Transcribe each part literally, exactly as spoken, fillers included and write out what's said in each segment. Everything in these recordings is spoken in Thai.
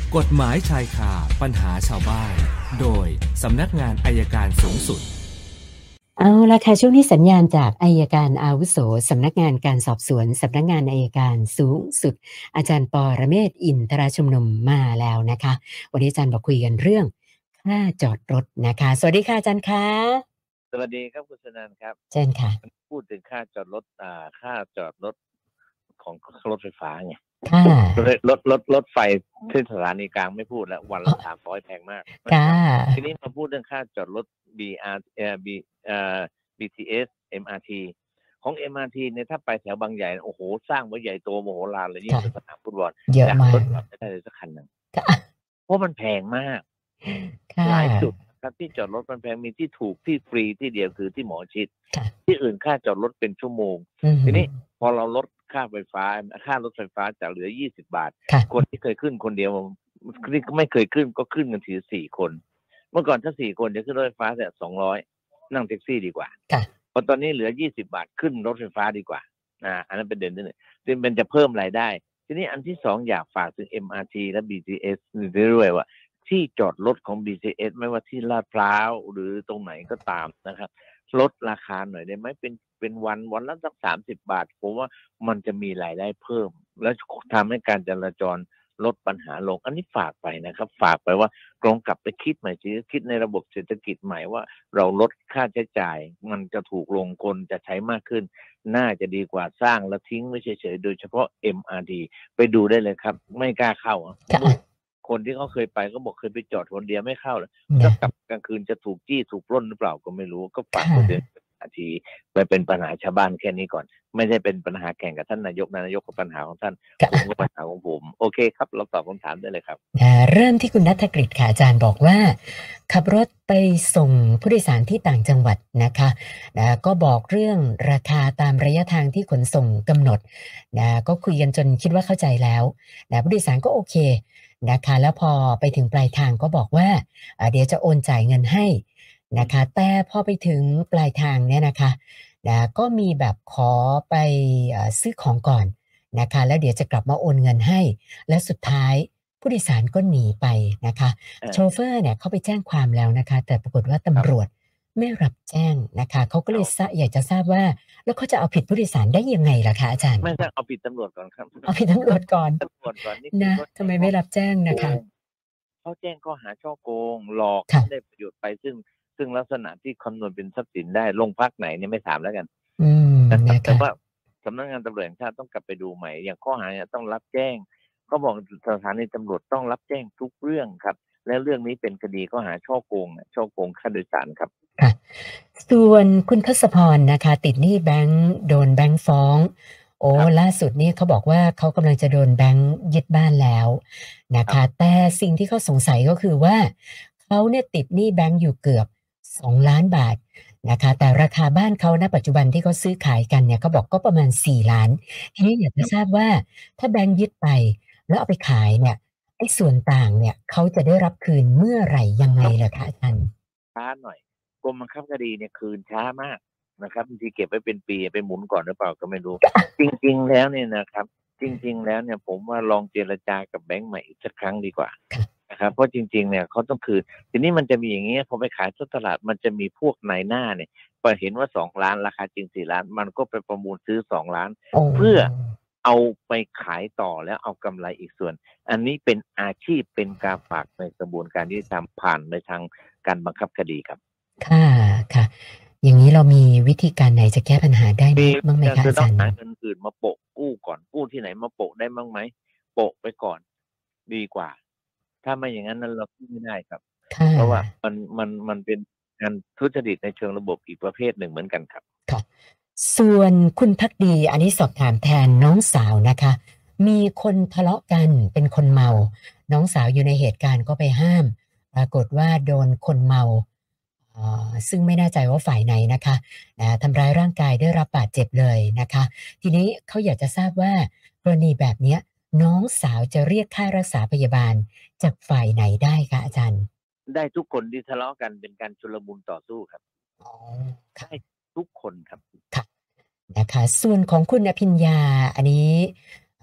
กฎหมายชายคาปัญหาชาวบ้านโดยสำนักงานอัยการสูงสุดเอาละค่ะช่วงนี้สัญญาณจากอัยการอาวุโสสำนักงานการสอบสวนสำนักงานอัยการสูงสุดอาจารย์ปอระเมศวร์อินทรชุมนุมมาแล้วนะคะวันนี้อาจารย์บอกคุยกันเรื่องค่าจอดรถนะคะสวัสดีค่ะอาจารย์คะสวัสดีครับคุณสนันท์ครับเชิญค่ะพูดถึงค่าจอดรถอ่าค่าจอดรถของรถไฟฟ้าไงค่ะรถรถรถรถไฟที่สถานีกลางไม่พูดแล้ววันละสามร้อยแพงมากค่ะทีนี้มาพูดเรื่องค่าจอดรถ บี อาร์ เอ่อ B เอ่อ บี ที เอส เอ็ม อาร์ ที ของ เอ็ม อาร์ ที เนี่ยถ้าไปแถวบางใหญ่โอ้โหสร้างไว้ใหญ่โตมโหฬารเลยยิ่งเป็นสนามฟุตบอลเยอะมากรถจอดไม่ได้เลยสักคันหนึ่งเพราะมันแพงมากหลายจุดครับที่จอดรถมันแพงมีที่ถูกที่ฟรีที่เดียวคือที่หมอชิดที่อื่นค่าจอดรถเป็นชั่วโมงทีนี้พอเราลดค่าไฟฟ้าค่ารถไฟฟ้าจากเหลือยี่สิบบาทคนที่เคยขึ้นคนเดียวที่ไม่เคยขึ้นก็ขึ้นกันทีสี่คนเมื่อก่อนถ้าสี่คนจะขึ้นรถไฟฟ้าแต่สองร้อยนั่งแท็กซี่ดีกว่าพอตอนนี้เหลือยี่สิบบาทขึ้นรถไฟฟ้าดีกว่าอ่าอันนั้นเป็นเด่นที่หนึ่งซึ่งมันจะเพิ่มรายได้ทีนี้อันที่สองอยากฝากถึง เอ็ม อาร์ ที และ บี ที เอส ด้วยว่าที่จอดรถของ บี ที เอส ไม่ว่าที่ลาดพร้าวหรือตรงไหนก็ตามนะครับลดราคาหน่อยได้ไหมเป็นเป็นวันวันละสักสามสิบบาทผมว่ามันจะมีรายได้เพิ่มและทำให้การจราจรลดปัญหาลงอันนี้ฝากไปนะครับฝากไปว่ากองกลับไปคิดใหม่สิคิดในระบบเศรษฐกิจใหม่ว่าเราลดค่าใช้จ่ายมันจะถูกลงคนจะใช้มากขึ้นน่าจะดีกว่าสร้างแล้วทิ้งไว้เฉยๆโดยเฉพาะ เอ็ม อาร์ ที ไปดูได้เลยครับไม่กล้าเข้าคนที่เขาเคยไปก็บอกเคยไปจอดคนเดียวไม่เข้าเลยก็กลับกลางคืนจะถูกจี้ถูกปล้นหรือเปล่าก็ไม่รู้ก็ฝากไปเดือนนาทีไปเป็นปัญหาชาวบ้านแค่นี้ก่อนไม่ได้เป็นปัญหาแข่งกับท่านนายกนายกกับปัญหาของท่านผมก็ปัญหาของผมโอเคครับเราตอบคำถามได้เลยครับเริ่มที่คุณณัฐกฤษค่ะอาจารย์บอกว่าขับรถไปส่งผู้โดยสารที่ต่างจังหวัดนะคะนะก็บอกเรื่องราคาตามระยะทางที่ขนส่งกำหนดนะก็คุยกันจนคิดว่าเข้าใจแล้วนะผู้โดยสารก็โอเคนะคะแล้วพอไปถึงปลายทางก็บอกว่าเดี๋ยวจะโอนจ่ายเงินให้นะคะแต่พอไปถึงปลายทางเนี่ยนะคะนะก็มีแบบขอไปซื้อของก่อนนะคะแล้วเดี๋ยวจะกลับมาโอนเงินให้และสุดท้ายผู้โดยสารก็หนีไปนะคะโชเฟอร์เนี่ยเขาไปแจ้งความแล้วนะคะแต่ปรากฏว่าตำรวจไม่รับแจ้งนะคะเขาก็เลยอยากจะทราบว่าแล้วเขาจะเอาผิดผู้โดยสารได้ยังไงล่ะคะอาจารย์ไม่ต้องเอาผิดตำรวจก่อนครับเอาผิดตำรวจก่อนตำรวจก่อนนี่นะทำไมไม่รับแจ้งนะคะเขาแจ้งข้อหาช่อโกงหลอกได้ประโยชน์ไปซึ่งซึ่งลักษณะที่คำนวณเป็นทรัพย์สินได้โรงพักไหนเนี่ยไม่ถามแล้วกันแต่ว่าสำนักงานตำรวจแห่งชาติต้องกลับไปดูใหม่อย่างข้อหาเนี่ยต้องรับแจ้งเขาบอกสถานีตำรวจต้องรับแจ้งทุกเรื่องครับและเรื่องนี้เป็นคดีข้อหาช่อโกงช่อโกงค่าโดยสารครับค่ะส่วนคุณทศพรนะคะติดหนี้แบงค์โดนแบงค์ฟ้องโอ้ล่าสุดนี้เขาบอกว่าเขากำลังจะโดนแบงค์ยึดบ้านแล้วนะคะแต่สิ่งที่เขาสงสัยก็คือว่าเขาเนี่ยติดหนี้แบงค์อยู่เกือบสองล้านบาทนะคะแต่ราคาบ้านเขาณปัจจุบันที่เขาซื้อขายกันเนี่ยเขาบอกก็ประมาณสี่ล้านทีนี้อยากจะทราบว่าถ้าแบงค์ยึดไปแล้วเอาไปขายเนี่ยไอ้ส่วนต่างเนี่ยเขาจะได้รับคืนเมื่อไหร่ยังไงล่ะคะอาจารย์ช้าหน่อยกรมบังคับคดีเนี่ยคืนช้ามากนะครับบางทีเก็บไว้เป็นปีไปหมุนก่อนหรือเปล่าก็ไม่รู้จริงๆแล้วเนี่ยนะครับจริงๆแล้วเนี่ยผมว่าลองเจรจากับแบงก์ใหม่อีกสักครั้งดีกว่านะครับเพราะจริงๆเนี่ยเขาต้องคืนทีนี้มันจะมีอย่างเงี้ยพอไปขายที่ตลาดมันจะมีพวกนายหน้าเนี่ยพอเห็นว่าสองล้านราคาจริงสี่ล้านมันก็ไปประมูลซื้อสองล้านเพื่อเอาไปขายต่อแล้วเอากำไรอีกส่วนอันนี้เป็นอาชีพเป็นการฝากในกระบวนการที่ทำผ่านในทางการบังคับคดีครับค่ะค่ะอย่างนี้เรามีวิธีการไหนจะแก้ปัญหาได้บ้างไหมคะอาจารย์หาเงินอื่นมาโปะกู้ก่อนกู้ที่ไหนมาโปะได้บ้างไหมโปะไปก่อนดีกว่าถ้าไม่อย่างนั้นนั้นเรากู้ไม่ได้ครับเพราะว่ามันมันมันเป็นการทุจริตในเชิงระบบอีกประเภทหนึ่งเหมือนกันครับค่ะส่วนคุณพักดีอันนี้สอบถามแทนน้องสาวนะคะมีคนทะเลาะกันเป็นคนเมาน้องสาวอยู่ในเหตุการณ์ก็ไปห้ามปรากฏว่าโดนคนเมาซึ่งไม่แน่ใจว่าฝ่ายไหนนะคะทำร้ายร่างกายได้รับบาดเจ็บเลยนะคะทีนี้เขาอยากจะทราบว่ากรณีแบบนี้น้องสาวจะเรียกค่ารักษาพยาบาลจากฝ่ายไหนได้คะอาจารย์ได้ทุกคนที่ทะเลาะกันเป็นการชุลมุนต่อสู้ครับอ๋อได้ทุกคนครับค่ะนะคะส่วนของคุณอภิญญาอันนี้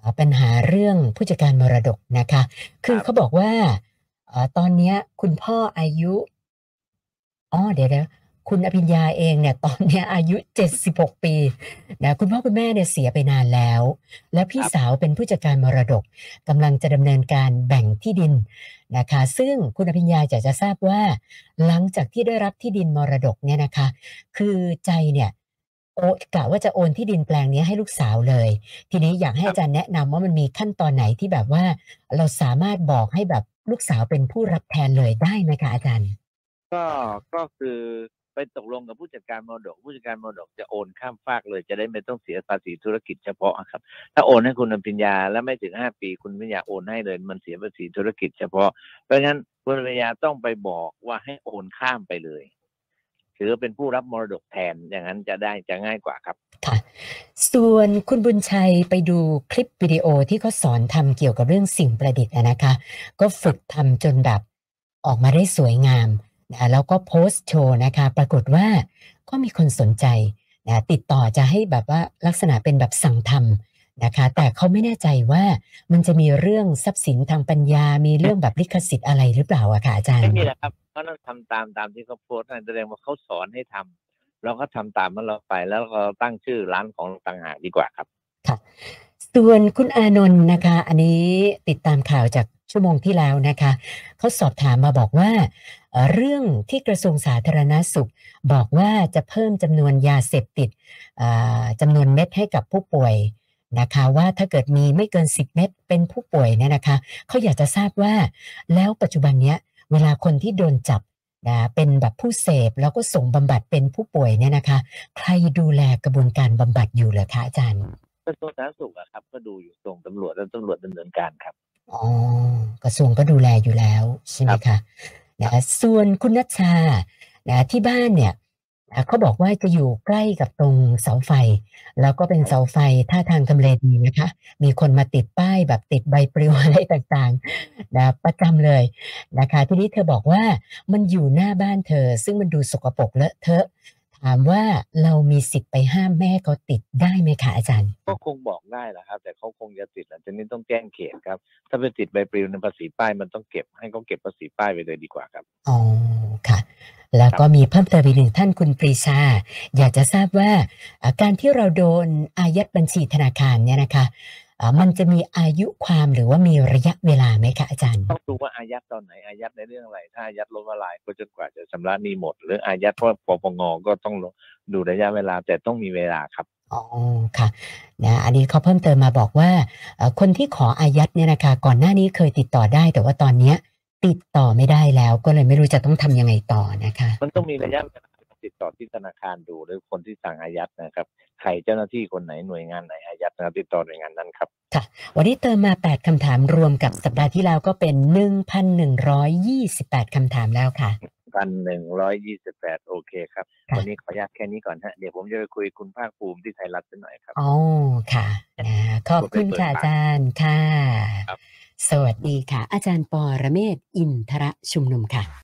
ปัญหาเรื่องผู้จัดการมรดกนะคะคือเขาบอกว่าตอนนี้คุณพ่ออายุอ๋อเดี๋ยวนะคุณอภิญญาเองเนี่ยตอนนี้อายุเจ็ดสิบหกปีนะคุณพ่อคุณแม่เนี่ยเสียไปนานแล้วแล้วพี่สาวเป็นผู้จัดการมรดกกำลังจะดำเนินการแบ่งที่ดินนะคะซึ่งคุณอภิญญาอยากจะทราบว่าหลังจากที่ได้รับที่ดินมรดกเนี่ยนะคะคือใจเนี่ยโอ้กะว่าจะโอนที่ดินแปลงนี้ให้ลูกสาวเลยทีนี้อยากให้อาจารย์แนะนำว่ามันมีขั้นตอนไหนที่แบบว่าเราสามารถบอกให้แบบลูกสาวเป็นผู้รับแทนเลยได้ไหมคะอาจารย์ก็ก็คือไปตกลงกับผู้จัดการมรดกผู้จัดการมรดกจะโอนข้ามฟากเลยจะได้ไม่ต้องเสียภาษีธุรกิจเฉพาะครับถ้าโอนให้คุณอภิญญาแล้วไม่ถึงห้าปีคุณอภิญญาโอนให้เลยมันเสียภาษีธุรกิจเฉพาะเพราะฉะนั้นคุณอภิญญาต้องไปบอกว่าให้โอนข้ามไปเลยถือเป็นผู้รับมรดกแทนอย่างนั้นจะได้จะง่ายกว่าครับค่ะส่วนคุณบุญชัยไปดูคลิปวิดีโอที่เขาสอนทำเกี่ยวกับเรื่องสิ่งประดิษฐ์นะคะก็ฝึกทำจนแบบออกมาได้สวยงามนะแล้วก็โพสต์โชว์นะคะปรากฏว่าก็มีคนสนใจนะติดต่อจะให้แบบว่าลักษณะเป็นแบบสั่งทำนะคะแต่เขาไม่แน่ใจว่ามันจะมีเรื่องทรัพย์สินทางปัญญามีเรื่องแบบลิขสิทธิ์อะไรหรือเปล่าอะค่ะอาจารย์ไม่มีนะครับเขาต้องทำตามตามที่เขาโพสต์นั่นแสดงว่าเขาสอนให้ทำเราก็ทำตามมันเราไปแล้วเราตั้งชื่อร้านของต่างหากดีกว่าครับค่ะส่วนคุณอานนท์นะคะอันนี้ติดตามข่าวจากชั่วโมงที่แล้วนะคะเขาสอบถามมาบอกว่าเรื่องที่กระทรวงสาธารณสุขบอกว่าจะเพิ่มจำนวนยาเสพติดจำนวนเม็ดให้กับผู้ป่วยนะคะว่าถ้าเกิดมีไม่เกินสิบเม็ดเป็นผู้ป่วยเนี่ยนะคะเขาอยากจะทราบว่าแล้วปัจจุบันเนี้ยเวลาคนที่โดนจับนะเป็นแบบผู้เสพแล้วก็ส่งบำบัดเป็นผู้ป่วยเนี่ยนะคะใครดูแลกระบวนการบำบัดอยู่เหรอคะอาจารย์กระทรวงสาธารณสุขอะครับก็ดูอยู่ส่งตำรวจแล้วตำรวจดำเนินการครับอ๋อกระทรวงก็ดูแลอยู่แล้วใช่ไหมคะนะส่วนคุณนัชชานะที่บ้านเนี่ยเขาบอกว่าจะอยู่ใกล้กับตรงเสาไฟแล้วก็เป็นเสาไฟท่าทางทำเลดีนะคะมีคนมาติดป้ายแบบติดใบปลิวอะไรต่างๆนะประจำเลยนะคะทีนี้เธอบอกว่ามันอยู่หน้าบ้านเธอซึ่งมันดูสกปรกเลอะเทอะถามว่าเรามีสิทธิ์ไปห้ามแม่เขาติดได้ไหมคะอาจารย์ก็คงบอกได้แหละครับแต่เขาคงจะติดหลังจากนี้ต้องแจ้งเขตครับถ้าไปติดใบปลิวในภาษีป้ายมันต้องเก็บให้เขาเก็บภาษีป้ายไปเลยดีกว่าครับอ๋อค่ะแล้วก็มีเพิ่มเติมอีกหนึ่งท่านคุณปรีชาอยากจะทราบว่าการที่เราโดนอายัดบัญชีธนาคารเนี่ยนะคะมันจะมีอายุความหรือว่ามีระยะเวลาไหมคะอาจารย์ต้องดูว่าอายัดตอนไหนอายัดในเรื่องอะไรถ้าอายัดล้มละลายก็จนกว่าจะชำระหนี้หมดหรืออายัดเพราะปปงก็ต้องดูระยะเวลาแต่ต้องมีเวลาครับอ๋อค่ะนะอันนี้เขาเพิ่มเติมมาบอกว่าคนที่ขออายัดเนี่ยนะคะก่อนหน้านี้เคยติดต่อได้แต่ว่าตอนนี้ติดต่อไม่ได้แล้วก็เลยไม่รู้จะต้องทำยังไงต่อนะคะมันต้องมีระยะเวลาติดต่อที่ธนาคารดูหรือคนที่สั่งอายัดนะครับใครเจ้าหน้าที่คนไหนหน่วยงานไหนอายัดนะติดต่อหน่วยงานนั้นครับค่ะวันนี้เติมมาแปดคำถามรวมกับสัปดาห์ที่แล้วก็เป็น หนึ่งพันหนึ่งร้อยยี่สิบแปด คำถามแล้วค่ะหนึ่งพันหนึ่งร้อยยี่สิบแปดโอเคครับวันนี้ขออนุญาตแค่นี้ก่อนฮะเดี๋ยวผมจะไปคุยคุณภาคภูมิที่ไทยรัฐสักหน่อยครับอ๋อค่ะขอบคุณค่ะอาจารย์ค่ะสวัสดีค่ะอาจารย์ปรเมศวร์อินทรชุมนุมค่ะ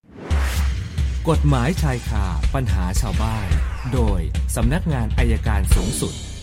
กฎหมายชายคาปัญหาชาวบ้านโดยสำนักงานอัยการสูงสุด